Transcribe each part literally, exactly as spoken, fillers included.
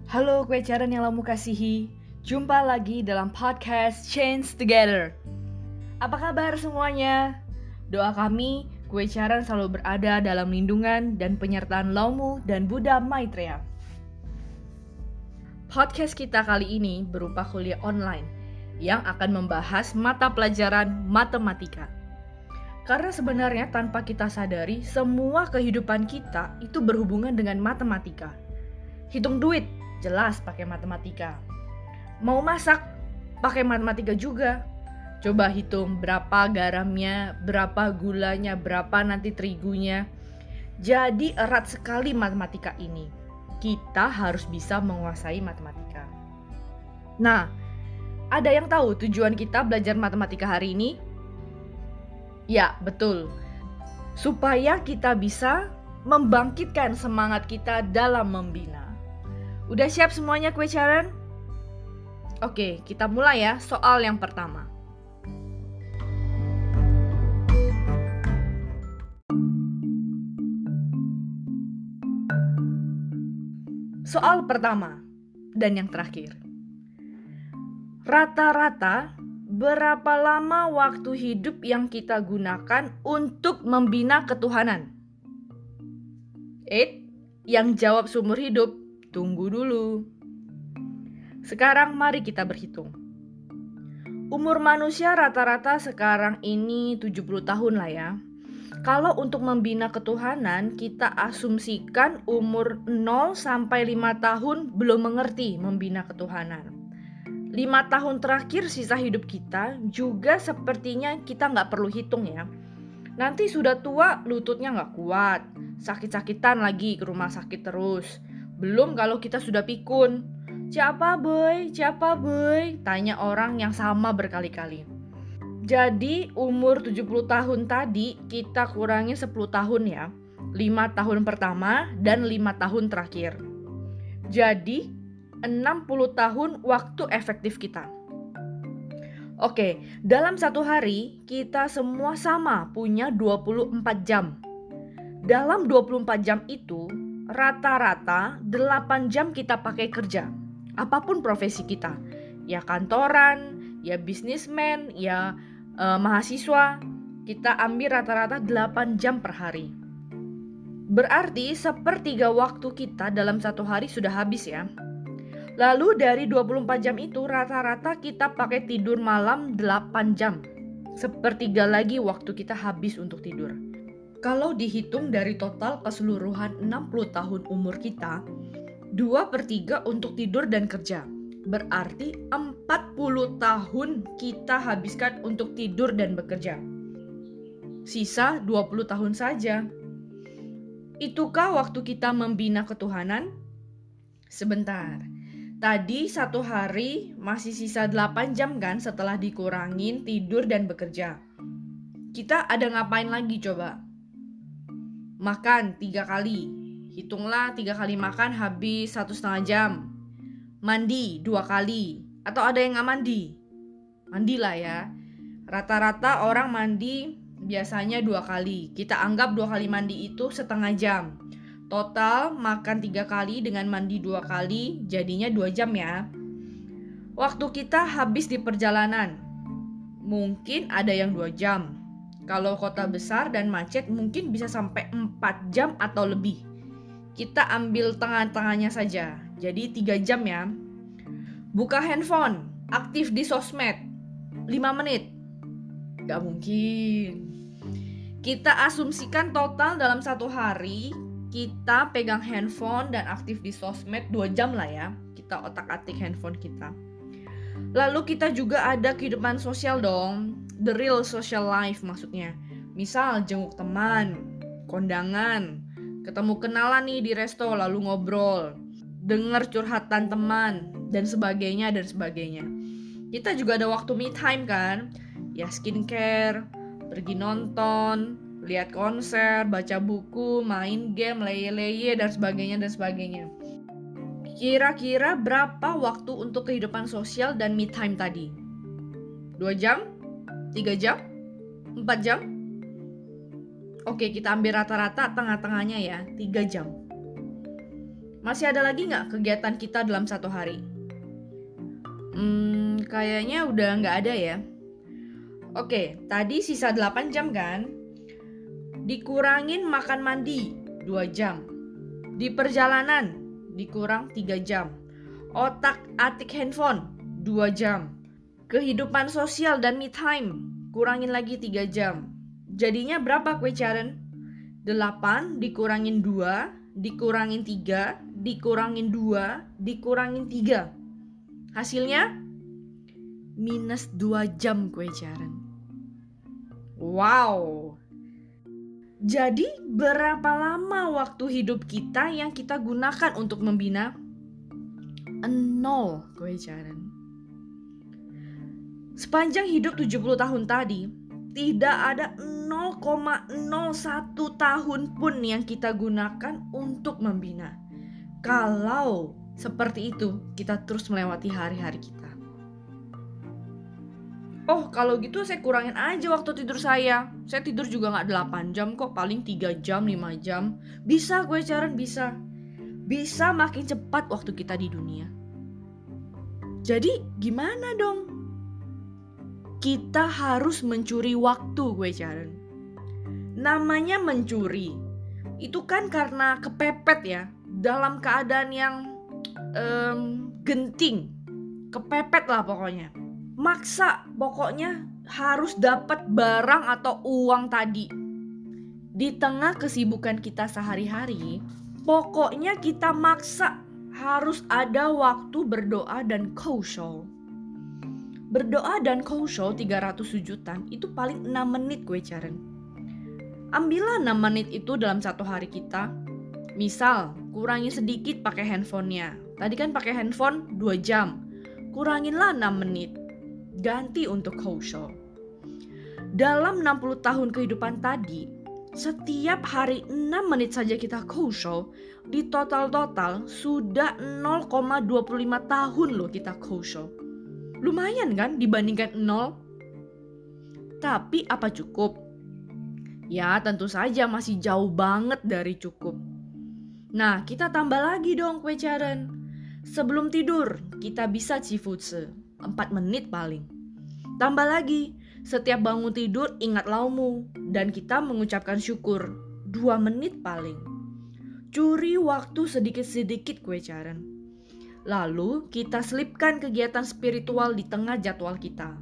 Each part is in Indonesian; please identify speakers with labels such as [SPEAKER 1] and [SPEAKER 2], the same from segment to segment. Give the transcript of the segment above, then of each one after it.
[SPEAKER 1] Halo kue caran yang kamu kasihi, jumpa lagi dalam podcast Change Together. Apa kabar semuanya? Doa kami, kue caran selalu berada dalam lindungan dan penyertaan Laumu dan Buddha Maitreya. Podcast kita kali ini berupa kuliah online yang akan membahas mata pelajaran matematika. Karena sebenarnya tanpa kita sadari, semua kehidupan kita itu berhubungan dengan matematika. Hitung duit, jelas pakai matematika. Mau masak, pakai matematika juga. Coba hitung berapa garamnya, berapa gulanya, berapa nanti terigunya. Jadi erat sekali matematika ini. Kita harus bisa menguasai matematika. Nah, ada yang tahu tujuan kita belajar matematika hari ini? Ya, betul. Supaya kita bisa membangkitkan semangat kita dalam membina. Udah siap semuanya kue caran? Oke, kita mulai ya soal yang pertama. Soal pertama dan yang terakhir. Rata-rata berapa lama waktu hidup yang kita gunakan untuk membina ketuhanan? Eh, yang jawab seumur hidup, tunggu dulu. Sekarang mari kita berhitung. Umur manusia rata-rata sekarang ini tujuh puluh tahun lah ya. Kalau untuk membina ketuhanan, kita asumsikan umur nol sampai lima tahun belum mengerti membina ketuhanan. lima tahun terakhir sisa hidup kita juga sepertinya kita nggak perlu hitung ya. Nanti sudah tua, lututnya nggak kuat, sakit-sakitan lagi ke rumah sakit terus. Belum kalau kita sudah pikun. Siapa boy? Siapa boy? Tanya orang yang sama berkali-kali. Jadi umur tujuh puluh tahun tadi kita kurangi sepuluh tahun ya. lima tahun pertama dan lima tahun terakhir. Jadi enam puluh tahun waktu efektif kita. Oke, dalam satu hari kita semua sama punya dua puluh empat jam. Dalam dua puluh empat jam itu rata-rata delapan jam kita pakai kerja. Apapun profesi kita. Ya kantoran, ya bisnismen, ya eh, mahasiswa. Kita ambil rata-rata delapan jam per hari. Berarti sepertiga waktu kita dalam satu hari sudah habis ya. Lalu dari dua puluh empat jam itu rata-rata kita pakai tidur malam delapan jam. Sepertiga lagi waktu kita habis untuk tidur. Kalau dihitung dari total keseluruhan enam puluh tahun umur kita, dua per tiga untuk tidur dan kerja. Berarti empat puluh tahun kita habiskan untuk tidur dan bekerja. Sisa dua puluh tahun saja. Itukah waktu kita membina ketuhanan? Sebentar. Tadi satu hari masih sisa delapan jam kan setelah dikurangin tidur dan bekerja. Kita ada ngapain lagi coba? Makan tiga kali. Hitunglah tiga kali makan habis satu setengah jam. Mandi dua kali. Atau ada yang gak mandi? Mandilah ya. Rata-rata orang mandi biasanya dua kali. Kita anggap dua kali mandi itu setengah jam. Total makan tiga kali dengan mandi dua kali jadinya dua jam ya. Waktu kita habis di perjalanan. Mungkin ada yang dua jam. Kalau kota besar dan macet mungkin bisa sampai empat jam atau lebih. Kita ambil tengah-tengahnya saja. Jadi tiga jam ya. Buka handphone, aktif di sosmed. lima menit. Gak mungkin. Kita asumsikan total dalam satu hari kita pegang handphone dan aktif di sosmed dua jam lah ya. Kita otak-atik handphone kita. Lalu kita juga ada kehidupan sosial dong. The real social life maksudnya. Misal jenguk teman, kondangan, ketemu kenalan nih di resto lalu ngobrol, denger curhatan teman dan sebagainya dan sebagainya. Kita juga ada waktu me time kan? Ya skincare, pergi nonton, lihat konser, baca buku, main game, leye-leye, dan sebagainya, dan sebagainya. Kira-kira berapa waktu untuk kehidupan sosial dan me time tadi? Dua jam? Tiga jam? Empat jam? Oke, kita ambil rata-rata tengah-tengahnya ya, tiga jam. Masih ada lagi nggak kegiatan kita dalam satu hari? Hmm, kayaknya udah nggak ada ya. Oke, tadi sisa delapan jam kan? Dikurangin makan mandi dua jam. Di perjalanan dikurang tiga jam. Otak atik handphone dua jam. Kehidupan sosial dan me time kurangin lagi tiga jam. Jadinya berapa kue Caren? delapan dikurangin dua, dikurangin tiga, dikurangin dua, dikurangin tiga. Hasilnya minus dua jam kue Caren. Wow. Jadi berapa lama waktu hidup kita yang kita gunakan untuk membina? Nol kue Caren. Sepanjang hidup tujuh puluh tahun tadi, tidak ada nol koma nol satu tahun pun yang kita gunakan untuk membina. Kalau seperti itu, kita terus melewati hari-hari kita. Oh, kalau gitu saya kurangin aja waktu tidur saya. Saya tidur juga gak delapan jam kok, paling tiga jam, lima jam. Bisa gue Caren, bisa. Bisa makin cepat waktu kita di dunia. Jadi gimana dong? Kita harus mencuri waktu gue Caren. Namanya mencuri. Itu kan karena kepepet ya. Dalam keadaan yang um, genting. Kepepet lah pokoknya. Maksa pokoknya harus dapat barang atau uang tadi. Di tengah kesibukan kita sehari-hari, pokoknya kita maksa harus ada waktu berdoa dan khusyuk. Berdoa dan khusyuk tiga ratus sujudan itu paling enam menit gue Caren. Ambillah enam menit itu dalam satu hari kita. Misal, kurangi sedikit pakai handphonenya. Tadi kan pakai handphone dua jam. Kuranginlah enam menit. Ganti untuk khusyuk. Dalam enam puluh tahun kehidupan tadi, setiap hari enam menit saja kita khusyuk, di total-total sudah nol koma dua puluh lima tahun loh kita khusyuk. Lumayan kan dibandingkan nol? Tapi apa cukup? Ya tentu saja masih jauh banget dari cukup. Nah kita tambah lagi dong kue Caren. Sebelum tidur kita bisa cifutse empat menit paling. Tambah lagi, setiap bangun tidur ingat laumu dan kita mengucapkan syukur dua menit paling. Curi waktu sedikit-sedikit kue Caren. Lalu kita selipkan kegiatan spiritual di tengah jadwal kita.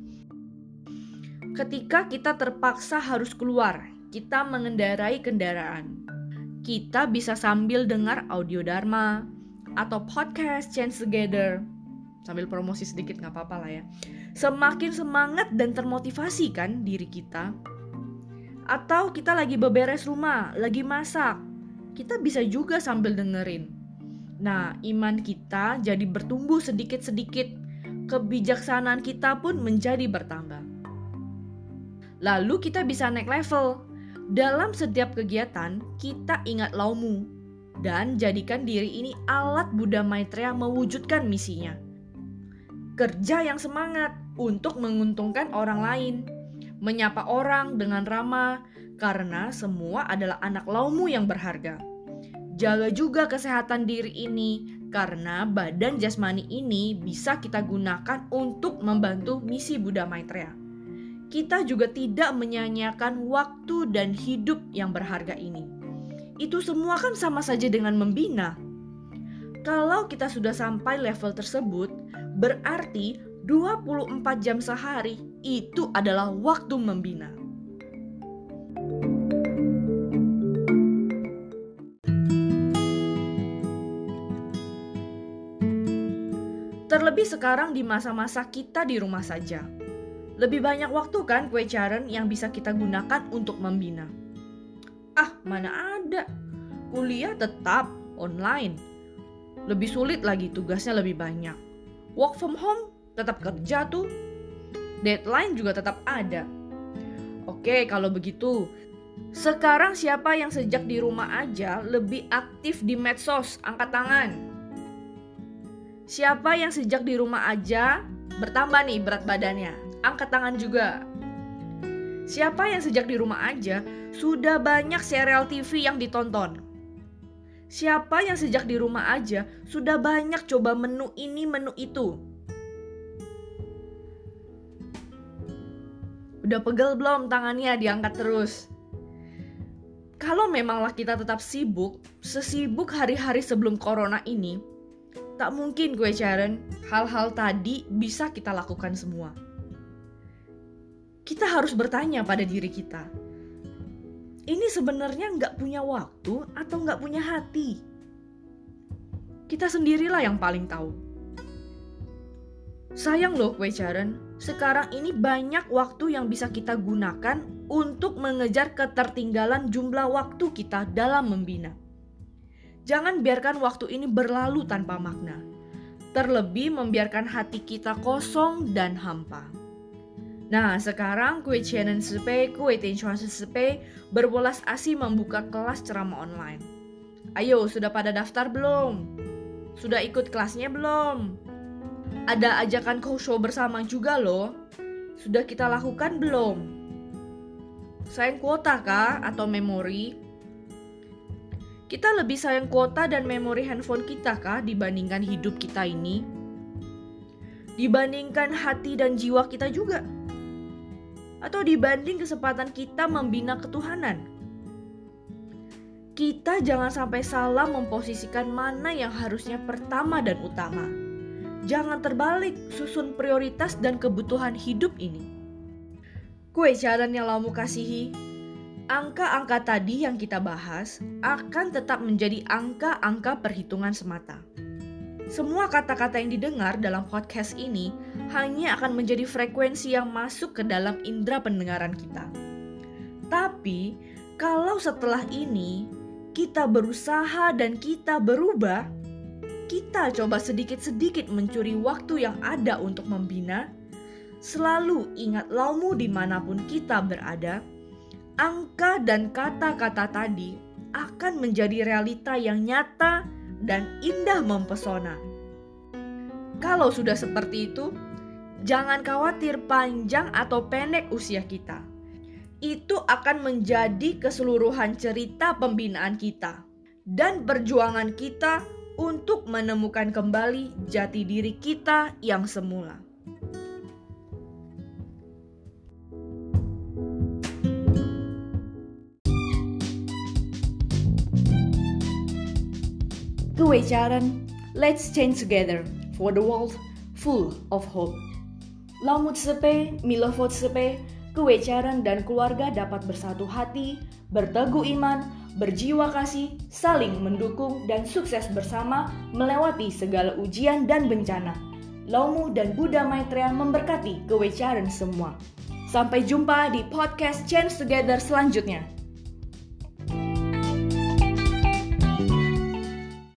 [SPEAKER 1] Ketika kita terpaksa harus keluar, kita mengendarai kendaraan. Kita bisa sambil dengar audio dharma atau podcast Chance Together. Sambil promosi sedikit gak apa-apa lah ya. Semakin semangat dan termotivasi kan diri kita. Atau kita lagi beberes rumah, lagi masak. Kita bisa juga sambil dengerin. Nah, iman kita jadi bertumbuh sedikit-sedikit. Kebijaksanaan kita pun menjadi bertambah. Lalu kita bisa naik level. Dalam setiap kegiatan, kita ingat laumu. Dan jadikan diri ini alat Buddha Maitreya mewujudkan misinya. Kerja yang semangat untuk menguntungkan orang lain. Menyapa orang dengan ramah karena semua adalah anak laumu yang berharga. Jaga juga kesehatan diri ini karena badan jasmani ini bisa kita gunakan untuk membantu misi Buddha Maitreya. Kita juga tidak menyia-nyiakan waktu dan hidup yang berharga ini. Itu semua kan sama saja dengan membina. Kalau kita sudah sampai level tersebut, berarti dua puluh empat jam sehari itu adalah waktu membina. Terlebih sekarang di masa-masa kita di rumah saja. Lebih banyak waktu kan kue Caren yang bisa kita gunakan untuk membina. Ah, mana ada. Kuliah tetap online. Lebih sulit lagi, tugasnya lebih banyak. Work from home tetap kerja tuh. Deadline juga tetap ada. Oke, kalau begitu, sekarang siapa yang sejak di rumah aja lebih aktif di medsos? Angkat tangan. Siapa yang sejak di rumah aja bertambah nih berat badannya? Angkat tangan juga. Siapa yang sejak di rumah aja sudah banyak serial T V yang ditonton? Siapa yang sejak di rumah aja sudah banyak coba menu ini, menu itu? Udah pegel belum tangannya diangkat terus? Kalau memanglah kita tetap sibuk, sesibuk hari-hari sebelum corona ini, tak mungkin gue Sharon, hal-hal tadi bisa kita lakukan semua. Kita harus bertanya pada diri kita, ini sebenarnya nggak punya waktu atau nggak punya hati? Kita sendirilah yang paling tahu. Sayang loh gue Sharon, sekarang ini banyak waktu yang bisa kita gunakan untuk mengejar ketertinggalan jumlah waktu kita dalam membina. Jangan biarkan waktu ini berlalu tanpa makna. Terlebih membiarkan hati kita kosong dan hampa. Nah, sekarang kue Shannon Sepe, kue Tenchuan Sepe berbolas asih membuka kelas ceramah online. Ayo, sudah pada daftar belum? Sudah ikut kelasnya belum? Ada ajakan co-show bersama juga loh. Sudah kita lakukan belum? Sayang kuota kah atau memori? Kita lebih sayang kuota dan memori handphone kita kah dibandingkan hidup kita ini? Dibandingkan hati dan jiwa kita juga? Atau dibanding kesempatan kita membina ketuhanan? Kita jangan sampai salah memposisikan mana yang harusnya pertama dan utama. Jangan terbalik susun prioritas dan kebutuhan hidup ini. Kue Sharon yang laumu kasihi, angka-angka tadi yang kita bahas akan tetap menjadi angka-angka perhitungan semata. Semua kata-kata yang didengar dalam podcast ini hanya akan menjadi frekuensi yang masuk ke dalam indera pendengaran kita. Tapi, kalau setelah ini kita berusaha dan kita berubah, kita coba sedikit-sedikit mencuri waktu yang ada untuk membina, selalu ingat laumu dimanapun kita berada, angka dan kata-kata tadi akan menjadi realita yang nyata dan indah mempesona. Kalau sudah seperti itu, jangan khawatir panjang atau pendek usia kita. Itu akan menjadi keseluruhan cerita pembinaan kita dan perjuangan kita untuk menemukan kembali jati diri kita yang semula. Kue Sharon, let's change together for the world full of hope. Laumut Sepe, Milovot Sepe, Kue Sharon dan keluarga dapat bersatu hati, berteguh iman, berjiwa kasih, saling mendukung dan sukses bersama melewati segala ujian dan bencana. Laumu dan Buddha Maitreya memberkati Kue Sharon semua. Sampai jumpa di podcast Change Together selanjutnya.